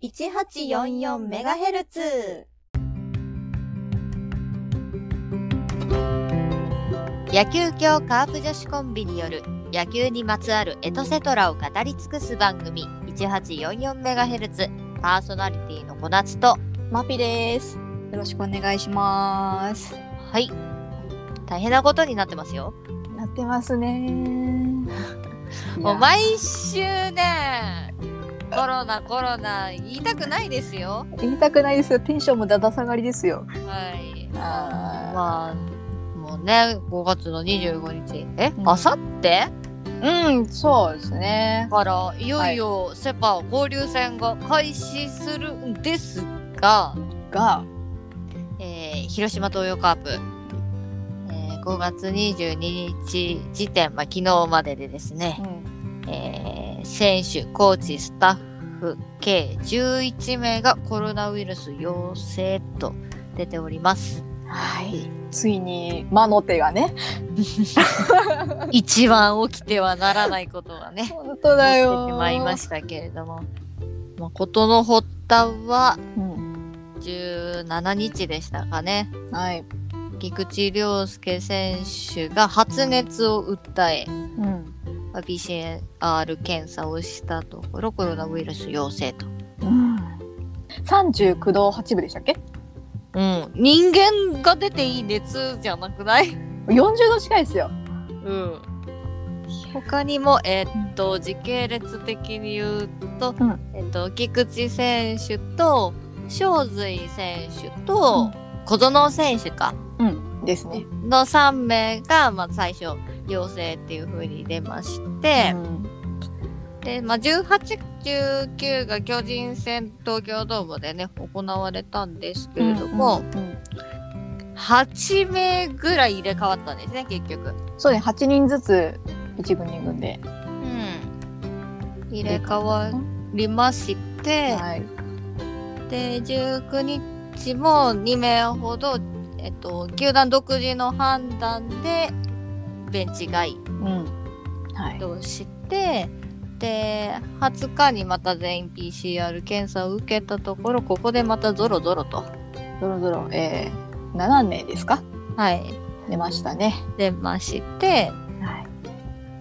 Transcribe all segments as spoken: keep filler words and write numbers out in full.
いちはちよんよんメガヘルツ。 野球協カープ女子コンビによる野球にまつわるエトセトラを語り尽くす番組 いちはちよんよんメガヘルツ、パーソナリティの小夏とマピです。よろしくお願いします。 はい、大変なことになってますよ。 なってますね。 もう毎週ね、コロナコロナ言いたくないですよ。 言いたくないですよ。テンションもだだ下がりですよ。 はい。 あまあもうね、ごがつのにじゅうごにち、え、 うん、 あさってうん、そうですね。 からいよいよセパ交流戦が開始するんですが、 が、 えー、広島東洋カープ、えー、ごがつにじゅうににち時点、まあ、昨日まででですね、うんえー、選手、コーチ、スタッフ計じゅういちめいがコロナウイルス陽性と出ております。 はい、ついに魔の手がね一番起きてはならないことがね本当だよ起きてしまいましたけれども、まあ、事の発端はじゅうしちにちでしたかね、 うん、はい、 菊池涼介選手が発熱を訴え、 うんまあ、ピーシーアール 検査をしたところコロナウイルス陽性と、 うん、さんじゅうきゅうどはちぶでしたっけ。 うん、人間が出ていい熱じゃなくない？ よんじゅうど近いですよ。 うん。他にも、えー、っと時系列的に言うと、うん、えー、っと菊池選手と正髄選手と、うん、小園選手か、 うん、ですね。 のさんめいが、まあ、最初陽性っていう風に出まして、うん、で、まあ、じゅうはち、じゅうきゅうが巨人戦東京ドームでね行われたんですけれども、うんうんうん、はちめいぐらい入れ替わったんですね結局。 そうね、はちにんずついちぐんにぐんで、 うん、入れ替わりまして、はい、でじゅうくにちもにめいほど、えっと、球団独自の判断でベンチ外として、うんはい、ではつかにまた全員 ピーシーアール 検査を受けたところ、ここでまたゾロゾロとゾロゾロ、えー、ななめいですか。 はい出ましたね。 出まして、はい、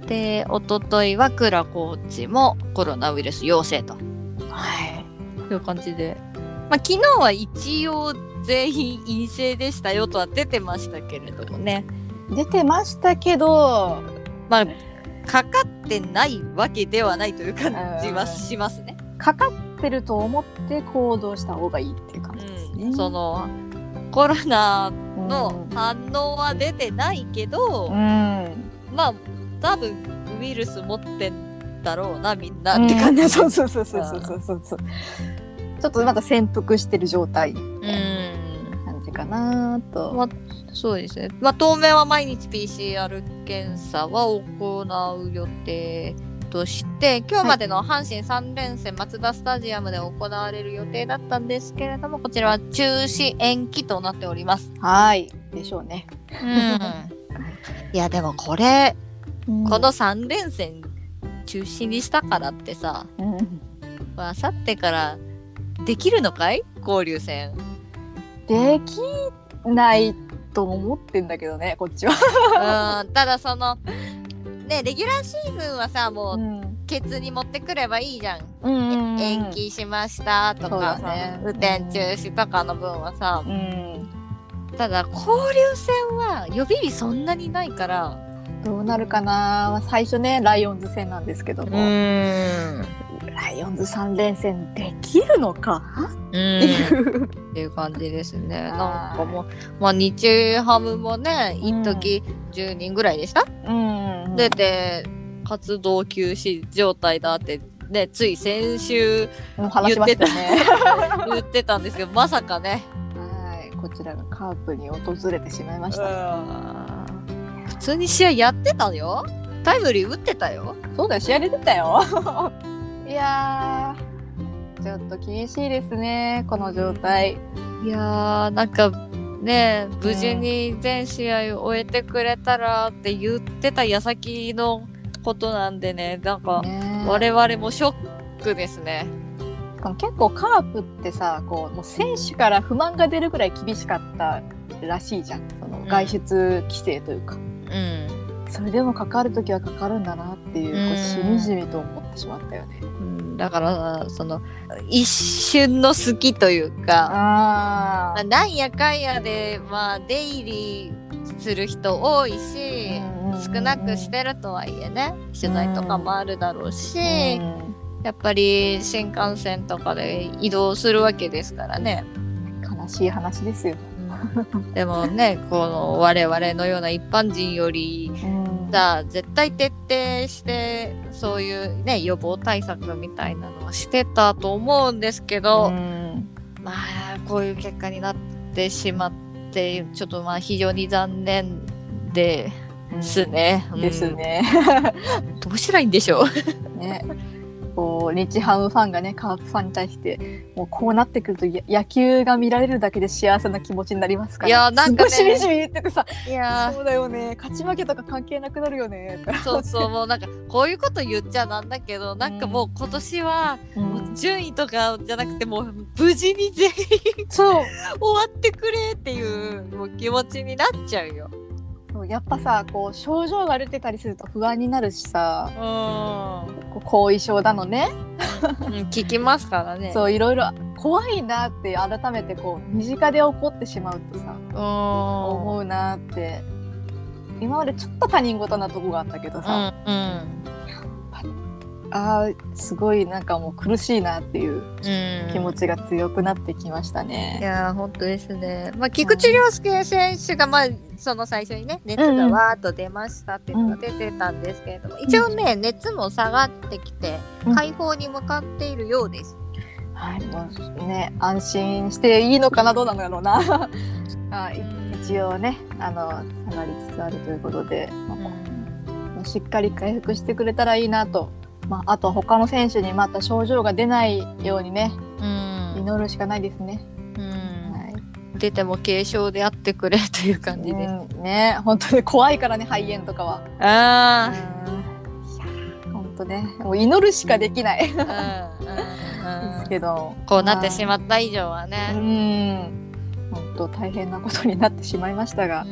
で一昨日は倉コーチもコロナウイルス陽性と、はい、という感じで、まあ、昨日は一応全員陰性でしたよとは出てましたけれどもね。 出てましたけど、 まあかかってないわけではないという感じはしますね。 かかってると思って行動した方がいいっていう感じですね。 うん、そのコロナの反応は出てないけど、うん、まあ多分ウイルス持ってんだろうなみんなって感じ、うん、 そうそうそうそうそうそうそうちょっとまだ潜伏してる状態みたいな感じかなと、 まあ、そうですね、まあ、当面は毎日 ピーシーアール 検査は行う予定として、今日までの阪神さんれんせん、はい、マツダスタジアムで行われる予定だったんですけれども、こちらは中止延期となっております。 はいでしょうね、 うん、いやでもこれ、うん、このさんれんせん中止にしたからってさ、あさってからできるのかい交流戦。 できないと思ってんだけどねこっちは。 うんただそのねレギュラーシーズンはさもう、うん、ケツに持ってくればいいじゃん、うんうんうん、延期しましたとか、ね、雨天中止とかの分はさ、うん、ただ交流戦は予備日そんなにないからどうなるかな。最初ねライオンズ戦なんですけども、うーんライオンズさんれんせんできるのかっていうっていう感じですね。なんかもう、まあ、日ハムもね一時じゅうにんぐらいでした、うん、出て活動休止状態だってねつい先週言ってた、ね、言ってたんですけどまさかね、 はいこちらがカープに訪れてしまいました。 普通に試合やってたよ。タイムリー打ってたよ。 そうだよ試合で出たよいやーちょっと厳しいですねこの状態。 いやーなんかね無事に全試合を終えてくれたらって言ってた矢先のことなんでね、なんか我々もショックですね。 かも結構カープってさこうもう選手から不満が出るぐらい厳しかったらしいじゃん、その外出規制というか、うん、それでもかかるときはかかるんだなっていう、うん、こうしみじみと思ってしまったよね、うん、 だからその一瞬の好きというか、あ、まあ、なんやかんやで、まあ、出入りする人多いし、うん、少なくしてるとはいえね取材とかもあるだろうし、うん、やっぱり新幹線とかで移動するわけですからね。 悲しい話ですよ、 うん、でもねこの我々のような一般人より、うん、さ絶対徹底してそういうね予防対策みたいなのはしてたと思うんですけど、うん、まあこういう結果になってしまってちょっとまあ非常に残念ですね、 うん、ですねどうしたらいいんでしょうね。 こう日ハムファンがねカープファンに対してもうこうなってくると野球が見られるだけで幸せな気持ちになりますから、いやなんかねすごいしみじみ言ってくさ、いやそうだよね勝ち負けとか関係なくなるよねそうそうもうなんかこういうこと言っちゃなんだけどなんかもう今年はもう順位とかじゃなくてもう無事に全員そう終わってくれっていうもう気持ちになっちゃうよ。 やっぱさこう症状が出てたりすると不安になるしさ、うん、後遺症だのね、 うん、聞きますからね。 そういろいろ怖いなって改めてこう身近で起こってしまうとさ思うなって。今までちょっと他人事なとこがあったけどさ、うんうん、あーすごいなんかもう苦しいなっていう気持ちが強くなってきましたね、 うん、いや本当ですね、まあ、菊池涼介選手が、まあ、その最初にね熱がわーっと出ましたっていうのが出てたんですけれども、うん、一応ね熱も下がってきて解放に向かっているようです、 うん、はい、もうね安心していいのかなどうなのやろうなあ一応ねあの下がりつつあるということで、うん、しっかり回復してくれたらいいなと、まあ、あとは他の選手にまた症状が出ないようにね、うん、祈るしかないですね、うんはい、出ても軽症であってくれという感じです、 うん、ね本当に怖いからね肺炎とかはあー、うん、本当ねもう祈るしかできない、うんうんうん、ですけどこうなってしまった以上はね、 うん本当大変なことになってしまいましたが、うん、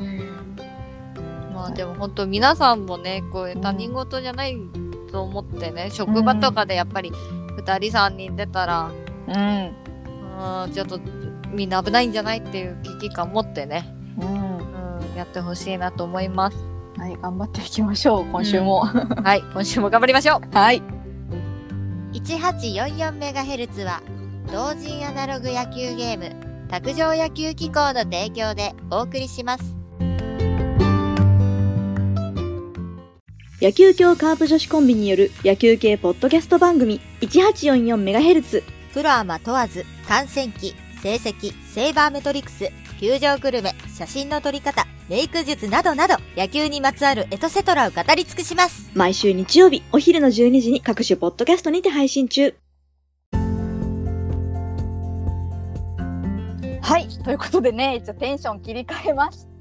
まあでも本当皆さんもねこう他人事じゃないと思ってね、うん、職場とかでやっぱりふたりさんにん出たら、うん、うんちょっとみんな危ないんじゃないっていう危機感持ってね、うんうん、やってほしいなと思います。 はい頑張っていきましょう今週も、 うん、はい今週も頑張りましょう。 はいいちはちよんよんメガヘルツ は同人アナログ野球ゲーム卓上野球機構の提供でお送りします。 野球協カープ女子コンビによる野球系ポッドキャスト番組 いちはちよんよんメガヘルツ。 プロアマ問わず観戦記、成績、セイバーメトリクス、球場グルメ、写真の撮り方、メイク術などなど野球にまつわるエトセトラを語り尽くします。 毎週日曜日お昼のじゅうにじに各種ポッドキャストにて配信中。 はいということでね一応テンション切り替えまして、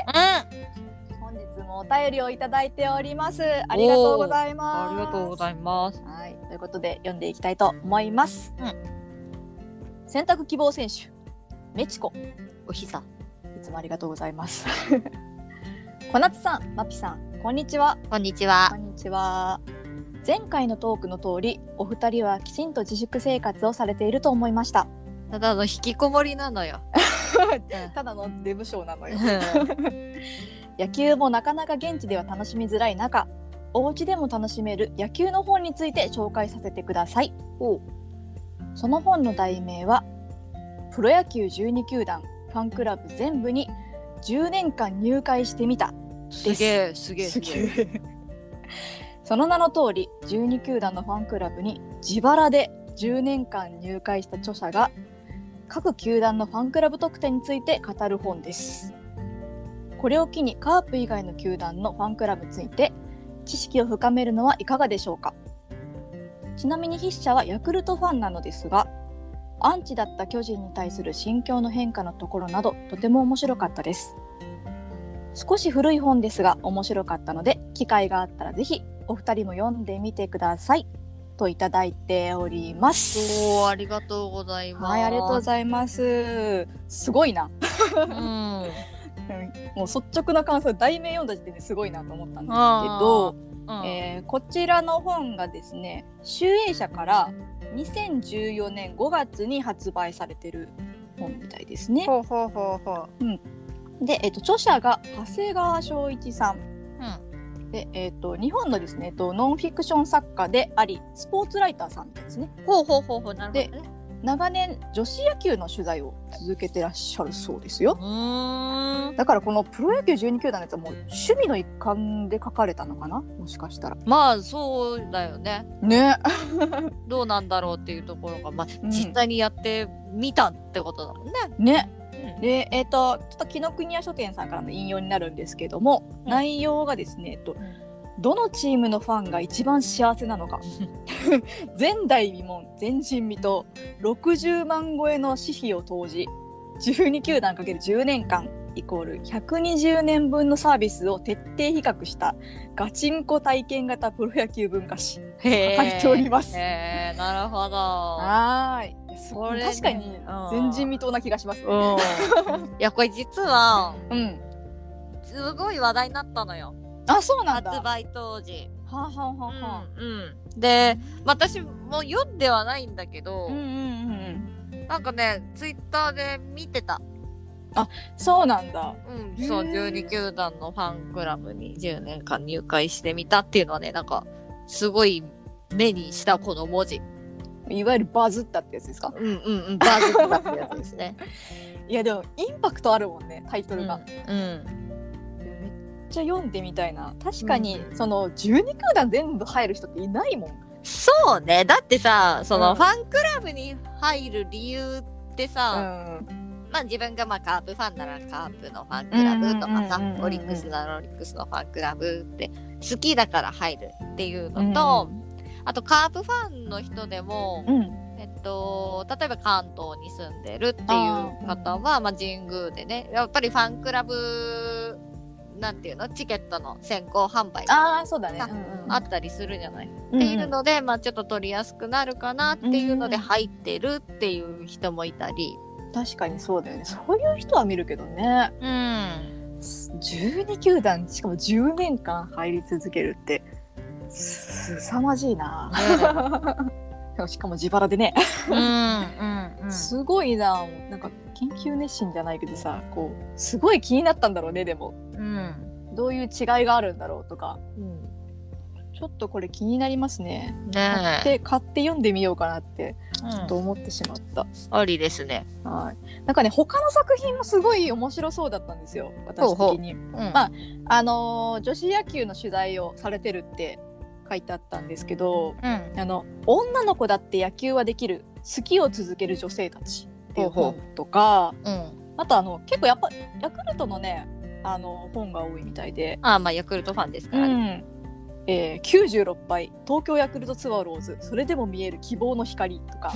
うん、本日もお便りをいただいております。ありがとうございます。 ありがとうございます。 はい、ということで読んでいきたいと思います、うん、選択希望選手メチコおひさいつもありがとうございます小夏さんマピさんこんにちは。 こんにちは。 こんにちは。前回のトークの通りお二人はきちんと自粛生活をされていると思いました。 ただの引きこもりなのよただのデブ症なのよ野球もなかなか現地では楽しみづらい中お家でも楽しめる野球の本について紹介させてください。おその本の題名はプロ野球じゅうに球団ファンクラブ全部にじゅうねんかん入会してみたです。 すげえすげえすげえその名の通りじゅうに球団のファンクラブに自腹でじゅうねんかん入会した著者が各球団のファンクラブ特典について語る本です。これを機にカープ以外の球団のファンクラブについて知識を深めるのはいかがでしょうか。ちなみに筆者はヤクルトファンなのですがアンチだった巨人に対する心境の変化のところなどとても面白かったです。少し古い本ですが面白かったので機会があったらぜひお二人も読んでみてくださいといただいております。 おー、ありがとうございます。 はい、ありがとうございます。すごいな。 うん、 もう率直な感想、題名読んだ時点ですごいなと思ったんですけど、 うんえーこちらの本がですね、集英社からにせんじゅうよねんごがつに発売されてる本みたいですね。 ほうほうほうほう。 で、えっと、著者が長谷川翔一さん。 うん、 で、えっと、日本のですね、えっと、ノンフィクション作家でありスポーツライターさんみたいですね。 ほうほうほうほう、なるほどね。 長年女子野球の取材を続けてらっしゃるそうですよ。 うーん、 だからこのプロ野球じゅうに球団のやつはもう趣味の一環で書かれたのかな、もしかしたら。 まあそうだよね。 ね。 どうなんだろうっていうところが、まあ、 うん実際にやってみたってことだもんね。 ね。 うん、 で、えっと、ちょっと紀ノ国屋書店さんからの引用になるんですけども、 うん内容がですね、えっと、 んどのチームのファンが一番幸せなのか前代未聞、前人未到、ろくじゅうまん超えの私費を投じじゅうに球団かけるじゅうねんかんイコールひゃくにじゅうねんぶんのサービスを徹底比較したガチンコ体験型プロ野球文化誌へー書いております。 へー、なるほど。 はーい。それ、ね、確かに前人未到な気がしますね。 うん、いや、これ実はうん。 すごい話題になったのよ、 あ、そうなんだ。 発売当時。 はあ、はあはあはあ、 うんうん、で、私も読んではないんだけど、 うんうんうんなんかね、ツイッターで見てた。 そうなんだ。 うん、そう、じゅうに球団のファンクラブにじゅうねんかん入会してみたっていうのはね、なんかすごい目にしたこの文字。 いわゆるバズったってやつですか。 うんうんうん、バズったってやつですね。 いやでもインパクトあるもんね、タイトルが。 うん、うんめっちゃ読んでみたいな。確かに、 うんそのじゅうに球団全部入る人っていないもん。 そうね。だってさ、その、 うんファンクラブに入る理由ってうさ、 ん。 まあ自分がまあカープファンならカープのファンクラブとかさうんうんうんうんうん、 オリックスならオリックスのファンクラブって好きだから入るっていうのと、あとカープファンの人でも、 うん。 えっと、例えば関東に住んでるっていう方は、まあ神宮でね、やっぱりファンクラブ、なんていうの、チケットの先行販売ああ、そうだね。 あうんうんあったりするじゃない。 うんっていうので、まあちょっと取りやすくなるかなっていうのでうん入ってるっていう人もいたり。 確かにそうだよね。そういう人は見るけどね。 うん。 じゅうに球団、しかもじゅうねんかん入り続けるってすさまじいな。しかも自腹でね。 うんうんうん。 すごいな。なんか研究熱心じゃないけどさ、こうすごい気になったんだろうね。でもうん。 どういう違いがあるんだろうとか、 うんちょっとこれ気になりますね。買ねえ。 って買って読んでみようかなってうんと思ってしまった。 ありですね。 はい。なんかね、他の作品もすごい面白そうだったんですよ、私的に。 うん。 まああのー女子野球の取材をされてるって書いてあったんですけど、 うん。 あの女の子だって野球はできる、好きを続ける女性たちっていうほうほ本とか、 うん。 あとあの結構やっぱヤクルトのね、あの本が多いみたいで、 ああ、まあヤクルトファンですかうらね。 んえー、きゅうじゅうろくばい東京ヤクルトスワローズ、それでも見える希望の光とか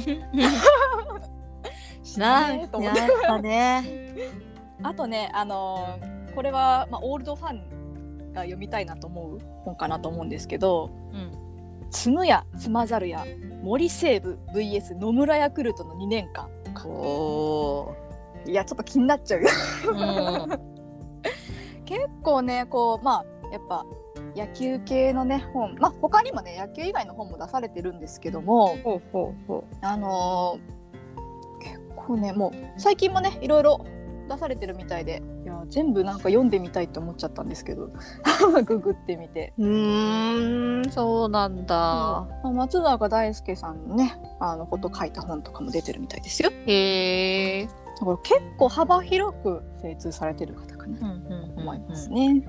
なねえと思ってやっぱね。 あとね、あのーこれは、まあ、オールドファンが読みたいなと思う本かなと思うんですけど、 うん。 積むや積まざるや森西武 ブイエス 野村ヤクルトのにねんかんとか、 おいやちょっと気になっちゃうよー。うん。 結構ね、こうまあやっぱ野球系のね本、まあ他にもね野球以外の本も出されてるんですけども、 ほうほうほあのー結構ね、もう最近もねいろいろ出されてるみたいで、いや全部なんか読んでみたいって思っちゃったんですけどググってみて、 う。うーん、そうなんだ。 まあ松坂大輔さんのねあのこと書いた本とかも出てるみたいですよ。 へえ。 だから結構幅広く精通されてる方かなとうんうんうん思いますね。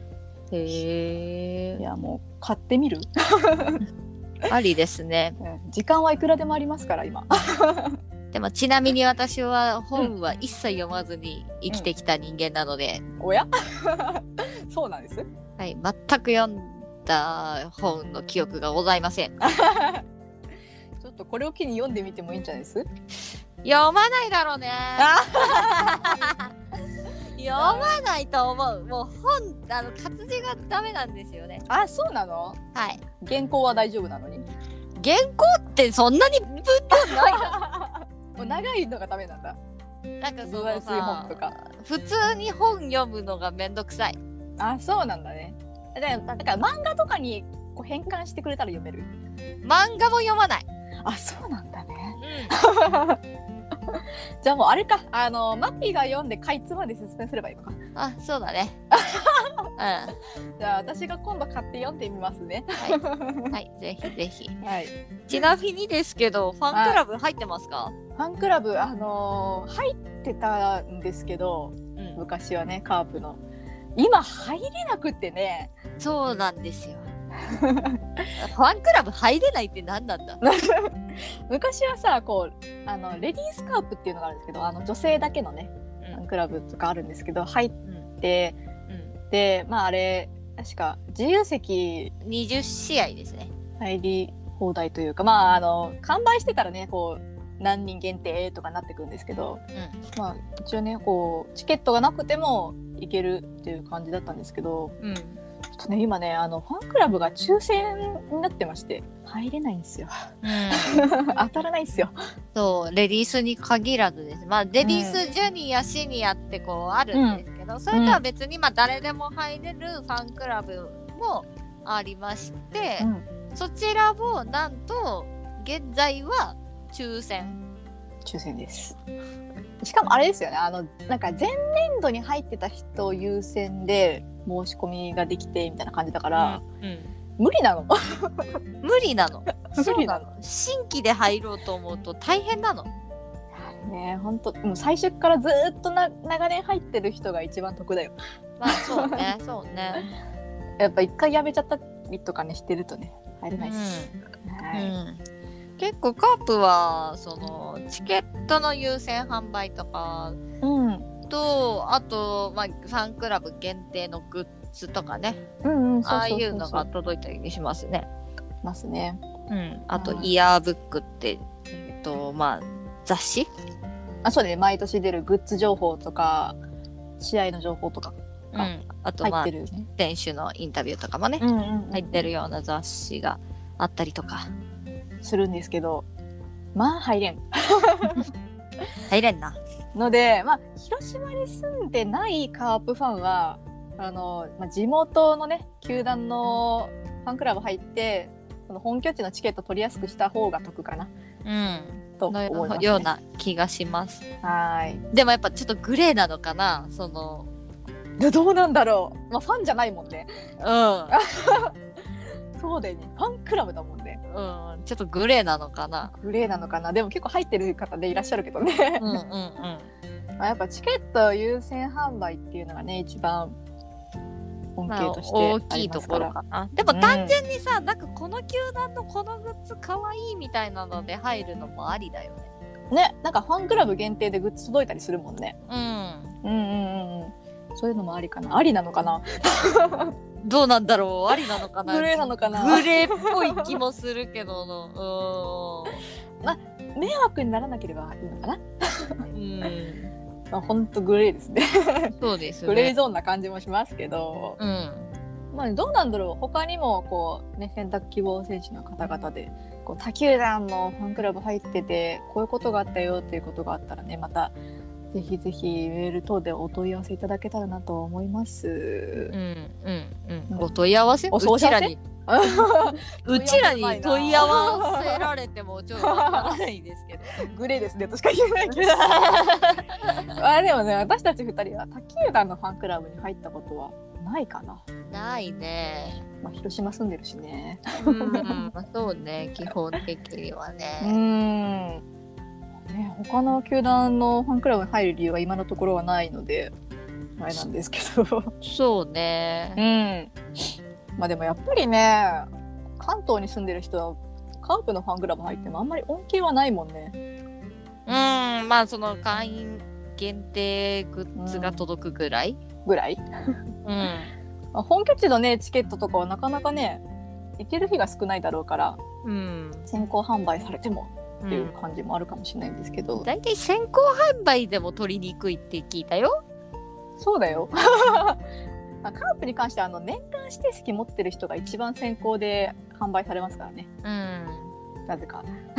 へえ。 いやもう買ってみるありですね。 うん時間はいくらでもありますから今でもちなみに私は本は一切読まずに生きてきた人間なので、 おやそうなんですはい、全く読んだ本の記憶がございません。 ちょっとこれを機に読んでみてもいいんじゃないです読まないだろうね。 あ読まないと思う。もう本、あの活字がダメなんですよね。 あ、そうなの？ はい。 原稿は大丈夫なのに。 原稿ってそんなに分量ないもう長いのがダメなんだ。 のなんかその分厚い本さとか。 普通に本読むのがめんどくさい。 あ、そうなんだね。だからだから漫画とかにこう変換してくれたら読める。 漫画も読まない。 あ、そうなんだね。 うんじゃあもうあれか、あのマッピーが読んでかいつまで説明すればいいのか。 あ、そうだね。うん。 じゃあ私が今度買って読んでみますね。 はい、はい、ぜひぜひ。 はい。 ちなみにですけど、ファンクラブ入ってますか？ ファンクラブ、あのー入ってたんですけど、 うん、 昔はね、カープの。今入れなくってね。 そうなんですよ。ファンクラブ入れないって何なんだ？ 昔はさ、こうあのレディースカープっていうのがあるんですけど、あの女性だけのね、 うんファンクラブとかあるんですけど、入って、 うん、 で、まああれ確か自由席にじゅっしあいですね。 入り放題というか、まああの完売してたらね、こう何人限定とかなってくるんですけど、 うまあ一応ね、こうチケットがなくても行けるっていう感じだったんですけど、 ん、うん。 ちょっとね今ね、あのファンクラブが抽選になってまして入れないんですよ。 うん当たらないんですよ。 そうレディースに限らずですまあレディースジュニア、シニアってこうあるんですけど、それとは別にまあ誰でも入れるファンクラブもありまして、 うん、 そちらをなんと現在は抽選抽選です。しかもあれですよね、あのなんか前年度に入ってた人優先で申し込みができてみたいな感じだから、 うんうん無理なの。 無理なの。 無理なの。 新規で入ろうと思うと大変なの。 ね、本当もう最初からずっとな長年入ってる人が一番得だよ。 まあそうね、そうね。 やっぱ一回やめちゃったりとかねしてるとね入れないです。はい、 うん、結構カープはそのチケットの優先販売とかうんと、あとまあファンクラブ限定のグッズとかね、 うんうん、そうああそうそうそういうのが届いたりしますね。 ますね。 うん、あとはいイヤーブックってえっとまあ雑誌。 あ、そうね、毎年出るグッズ情報とか試合の情報とかうん、あとまあ入ってるね。 選手のインタビューとかもね、 うんうんうん入ってるような雑誌があったりとか。 するんですけど、まあ入れん入れんな。 ので、まあ広島に住んでないカープファンはあの、まあ、地元のね球団のファンクラブ入ってその本拠地のチケット取りやすくした方が得かなうんと思いますね。 のような気がします。 はいでもやっぱちょっとグレーなのかな、そのでどうなんだろう、まあ、ファンじゃないもんね。 うんそうだよね、ファンクラブだもんね。 うん、ちょっとグレーなのかな。 グレーなのかな。でも結構入ってる方でいらっしゃるけどね。 うんうんうん。 まあやっぱチケット優先販売っていうのがね一番恩まあ、 恵として大あきいとりますから。 ころかな。でも単純にさ、うん、なんかこの球団のこのグッズかわいいみたいなので入るのもありだよね。 ね、なんかファンクラブ限定でグッズ届いたりするもんね。 うん。 うんうんうんうん。そういうのもありかな。ありなのかな。 どうなんだろう、ありなのかな。 グレーなのかな。 グレーっぽい気もするけどの。 まあ迷惑にならなければいいのかな。 うん。 まあ本当グレーですね。 そうですね。 グレーゾーンな感じもしますけど。 うん。 まあどうなんだろう。他にもこうね選択希望選手の方々でこう他球団のファンクラブ入っててこういうことがあったよっていうことがあったらね、またぜひぜひメール等でお問い合わせいただけたらなと思います。 うんうんうん。お問い合わせ？ おうちらにうちらに問問い合わせられてもちょっとわからないですけど。 グレーですねとしか言えないけど。あでもね、私たちふたりは他球団のファンクラブに入ったことはないかな。 ないね。 まあ広島住んでるしね。 うん、まあ、そうね、基本的にはうね。 ん。ね、他の球団のファンクラブに入る理由は今のところはないのであれなんですけど。 そうね。 うん。まあでもやっぱりね、関東に住んでる人はカープのファンクラブ入ってもあんまり恩恵はないもんね。 うん、まあその会員限定グッズが届くぐらい、 ぐらい。 うん。 まあ本拠地のねチケットとかはなかなかね行ける日が少ないだろうから、 うん、 先行販売されてもっていう感じもあるかもしれないんですけど、 だいたい先行販売でも取りにくいって聞いたよ。 そうだよ。まあカープに関してはあの年間指定席持ってる人が一番先行で販売されますからね。 うん。 なぜか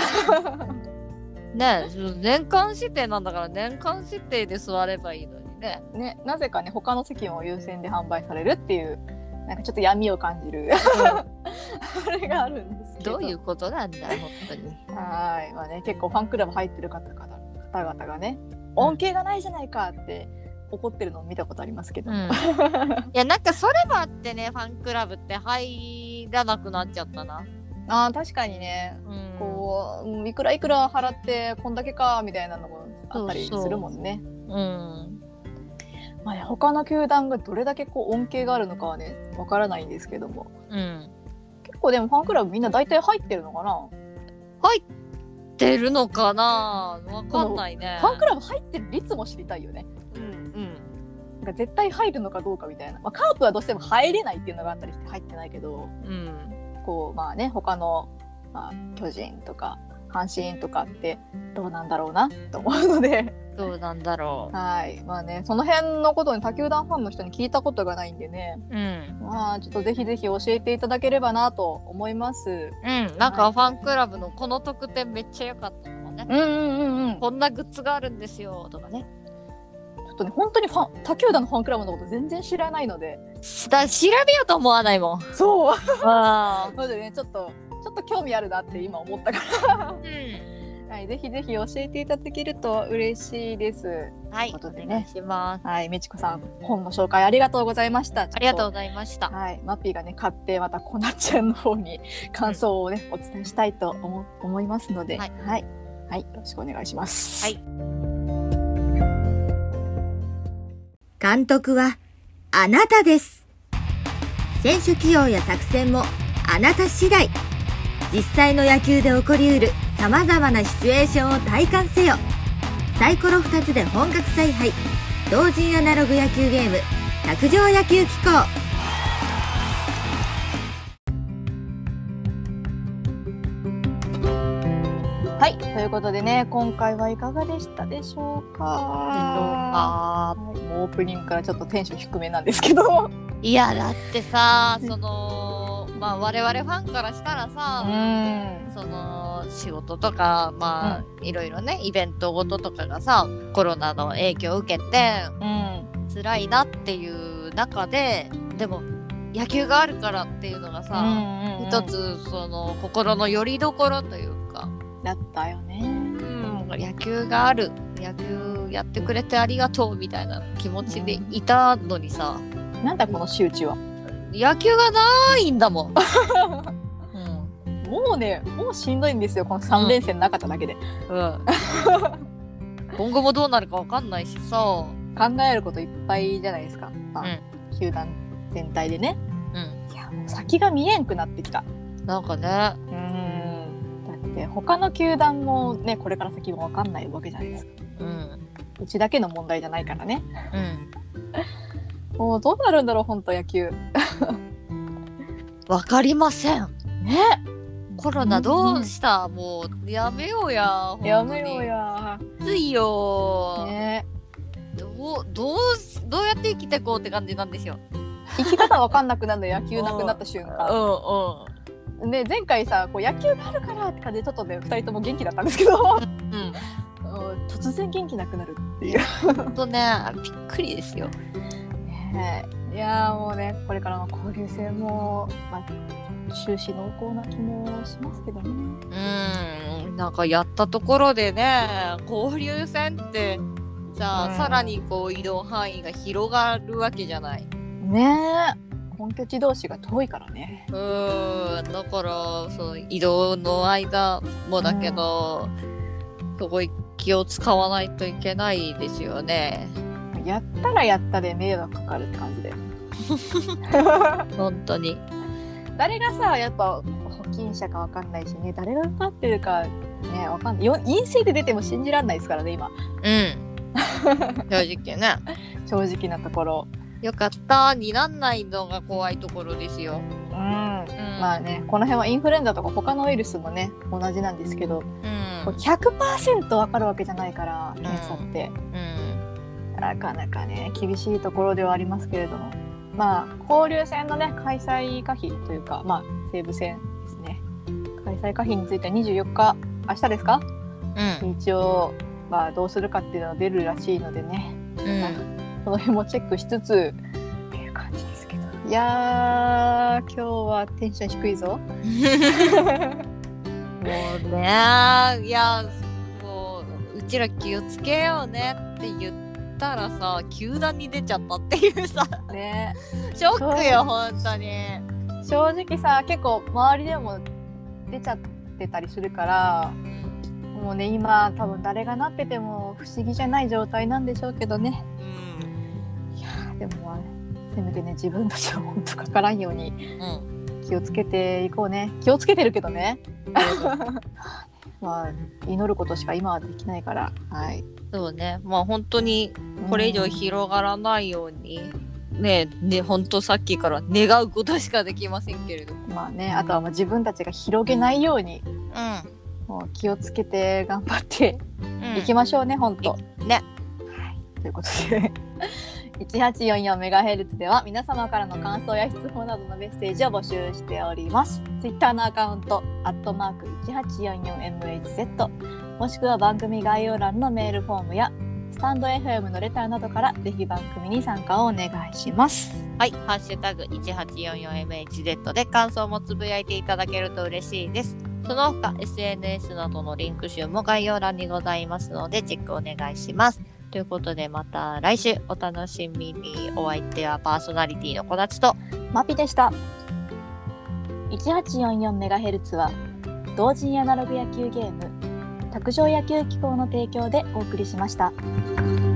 ね、年間指定なんだから年間指定で座ればいいのにね。 ね、なぜかね他の席も優先で販売されるっていうなんかちょっと闇を感じるあれがあるんですけど。 どういうことなんだ本当に。 はい、まあね、結構ファンクラブ入ってる方々方々がね、恩恵がないじゃないかって怒ってるのを見たことありますけど、 うん、いやなんかそれもあってねファンクラブって入らなくなっちゃったな。 あー確かにね、 うん、 こういくらいくら払ってこんだけかみたいなのもあったりするもんね。 そうそう、うんまあね、他の球団がどれだけこう恩恵があるのかはねわからないんですけども、 うん、 結構でもファンクラブみんな大体入ってるのかな。 入ってるのかなわかんないね。 ファンクラブ入ってる率も知りたいよね。 うんうんなんか絶対入るのかどうかみたいな、まあ、カープはどうしても入れないっていうのがあったりして入ってないけど、 うんこうまあね他の、まあ、巨人とか阪神とかってどうなんだろうなと思うのでどうなんだろう。 はいまあねその辺のことに他球団ファンの人に聞いたことがないんでね、 うんまあちょっとぜひぜひ教えていただければなと思います。 うんなんかファンクラブのこの特典めっちゃ良かったとかね、 うんうんうんうんこんなグッズがあるんですよとかね。 ちょっとね本当にファン他球団のファンクラブのこと全然知らないのでだ調べようと思わないもん。 そうあなのでねちょっとちょっと興味あるなって今思ったからうんはい、ぜひぜひ教えていただけると嬉しいです。 はい、 ということでねお願いします。 はい、みちこさん、本の紹介ありがとうございました。 ありがとうごう。 ざいました。 はい、マッピーがね買ってまたこなっちゃんの方に感想をね、お伝えしたいと思思いますので、は、 はいい、 はい、よろしくお願いします。 はい。 監督はあなたです。選手起用や作戦もあなた次第。実際の野球で起こりうる様々なシチュエーションを体感せよ。サイコロふたつで本格采配。同人アナログ野球ゲーム卓上野球機構。 はい、ということでね、今回はいかがでしたでしょうか。 あはい、もうオープニングからちょっとテンション低めなんですけど。 いやだってさそのまあ我々ファンからしたらさ、 うん。 その仕事とかまあ、うん、いろいろねイベントごととかがさコロナの影響を受けて、うん、辛いなっていう中ででも野球があるからっていうのがさ、うんうんうん、一つその心の拠り所というかだったよね、うん、 野球がある野球やってくれてありがとうみたいな気持ちでいたのにさ、 うん、なんだこの仕打ちは野球がないんだもんもうね、もうしんどいんですよ、このさん連戦なかっただけで。うん。 今後もどうなるかわかんないしさ。考えることいっぱいじゃないですか。まあ、うん、球団全体でね。うん。いや、もう先が見えんくなってきた。 なんかね。 うん。だって他の球団もね、これから先もわかんないわけじゃないですか。うん。うちだけの問題じゃないからね。うん。もうどうなるんだろう、本当野球。 わかりません。 ね。 コロナどうした、うん、もうやめようややめようやついよ、 ね、 どうどうどうやって生きていこうって感じなんですよ。 生き方わかんなくなるの野球なくなった瞬間うんうんで前回さこう野球があるからって感じでちょっとねふたりとも元気だったんですけど、うん、突然元気なくなるっていうほんとねびっくりですよ、 ね、いやもうねこれからの交流戦も、まあ終始濃厚な気もしますけどね。 うんなんかやったところでね交流戦ってじゃあ、うん、さらにこう移動範囲が広がるわけじゃないねえ本拠地同士が遠いからねうんだからその移動の間もだけど、うん、すごい気を使わないといけないですよね。 やったらやったで迷惑かかるって感じで本当に誰がさやっぱ保菌者かわかんないしね誰がかかってるかねわかんないよ陰性で出ても信じられないですからね今うん正直ね正直なところよかったになんないのが怖いところですよ、 うん、うん、まあねこの辺はインフルエンザとか他のウイルスもね同じなんですけど、うん、ひゃくパーセントわかるわけじゃないから検査って、うんうん、なかなかね厳しいところではありますけれどもまあ、交流戦のね開催可否というか、まあ、西武戦ですね開最下位についてはにじゅうよっか、明日ですか、 うん一応、まあ、どうするかっていうのが出るらしいのでね、 うんその辺もチェックしつつっていう感じですけど、いやー今日はテンション低いぞ。 もうね、いやもううちら気をつけようねって言ったらさ、球団に出ちゃったっていうさ、 ね、 ショックよ本当に。 正直さ結構周りでも出ちゃってたりするから、もうね今多分誰がなってても不思議じゃない状態なんでしょうけどね。いやでも、まあ、せめてね自分たちは本当かからんようにうん気をつけていこうね。気をつけてるけどねまあ祈ることしか今はできないから、はい、 そうね、まあ本当にこれ以上広がらないように、うん、ねね本当さっきから願うことしかできませんけれど、 まあね、あとはまあ自分たちが広げないように、 うん、 もう気をつけて頑張っていきましょうね、うん、本当ね、 はい、ということでいちはちよんよんメガヘルツ では皆様からの感想や質問などのメッセージを募集しております。ツイッターのアカウントアットマーク いちはちよんよんエムエイチゼット もしくは番組概要欄のメールフォームやスタンド エフエム のレターなどからぜひ番組に参加をお願いします。 はい、ハッシュタグ いちはちよんよんエムエイチゼット で感想もつぶやいていただけると嬉しいです。その他 エスエヌエス などのリンク集も概要欄にございますのでチェックお願いします。ということでまた来週お楽しみに。お相手はパーソナリティのこなつとマピでした。いちはちよんよんメガヘルツ は同人アナログ野球ゲーム卓上野球機構の提供でお送りしました。